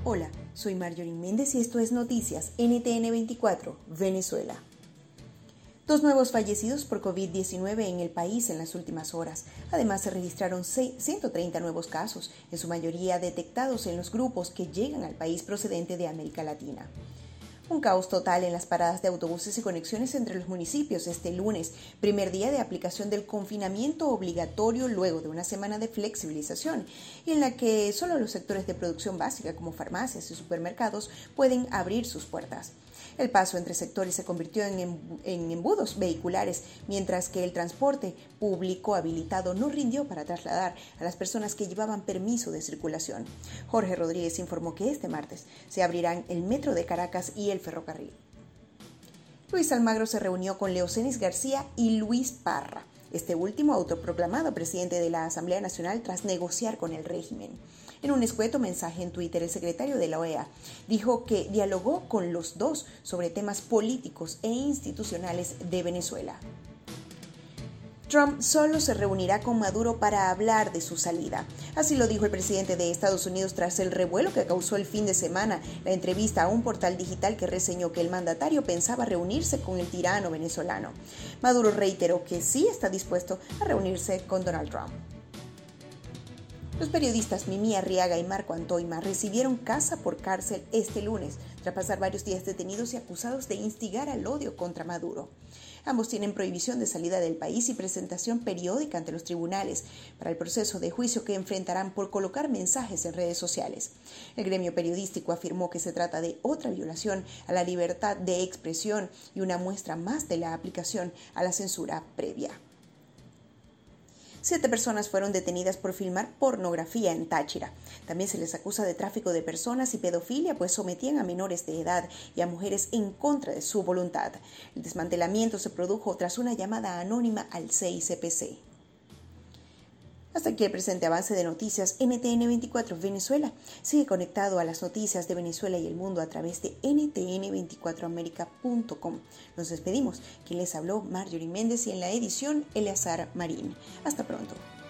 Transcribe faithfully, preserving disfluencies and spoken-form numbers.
Hola, soy Marjorie Méndez y esto es Noticias N T N veinticuatro, Venezuela. Dos nuevos fallecidos por COVID diecinueve en el país en las últimas horas. Además, se registraron ciento treinta nuevos casos, en su mayoría detectados en los grupos que llegan al país procedente de América Latina. Un caos total en las paradas de autobuses y conexiones entre los municipios este lunes, primer día de aplicación del confinamiento obligatorio luego de una semana de flexibilización, y en la que solo los sectores de producción básica como farmacias y supermercados pueden abrir sus puertas. El paso entre sectores se convirtió en, en embudos vehiculares, mientras que el transporte público habilitado no rindió para trasladar a las personas que llevaban permiso de circulación. Jorge Rodríguez informó que este martes se abrirán el metro de Caracas y el ferrocarril. Luis Almagro se reunió con Leocenis García y Luis Parra, este último autoproclamado presidente de la Asamblea Nacional tras negociar con el régimen. En un escueto mensaje en Twitter, el secretario de la O E A dijo que dialogó con los dos sobre temas políticos e institucionales de Venezuela. Trump solo se reunirá con Maduro para hablar de su salida. Así lo dijo el presidente de Estados Unidos tras el revuelo que causó el fin de semana la entrevista a un portal digital que reseñó que el mandatario pensaba reunirse con el tirano venezolano. Maduro reiteró que sí está dispuesto a reunirse con Donald Trump. Los periodistas Mimi Arriaga y Marco Antoima recibieron casa por cárcel este lunes, tras pasar varios días detenidos y acusados de instigar al odio contra Maduro. Ambos tienen prohibición de salida del país y presentación periódica ante los tribunales para el proceso de juicio que enfrentarán por colocar mensajes en redes sociales. El gremio periodístico afirmó que se trata de otra violación a la libertad de expresión y una muestra más de la aplicación a la censura previa. Siete personas fueron detenidas por filmar pornografía en Táchira. También se les acusa de tráfico de personas y pedofilia, pues sometían a menores de edad y a mujeres en contra de su voluntad. El desmantelamiento se produjo tras una llamada anónima al C I C P C. Hasta aquí el presente avance de Noticias N T N veinticuatro Venezuela. Sigue conectado a las noticias de Venezuela y el mundo a través de N T N veinticuatro america punto com. Nos despedimos. Quien les habló, Marjorie Méndez, y en la edición, Eleazar Marín. Hasta pronto.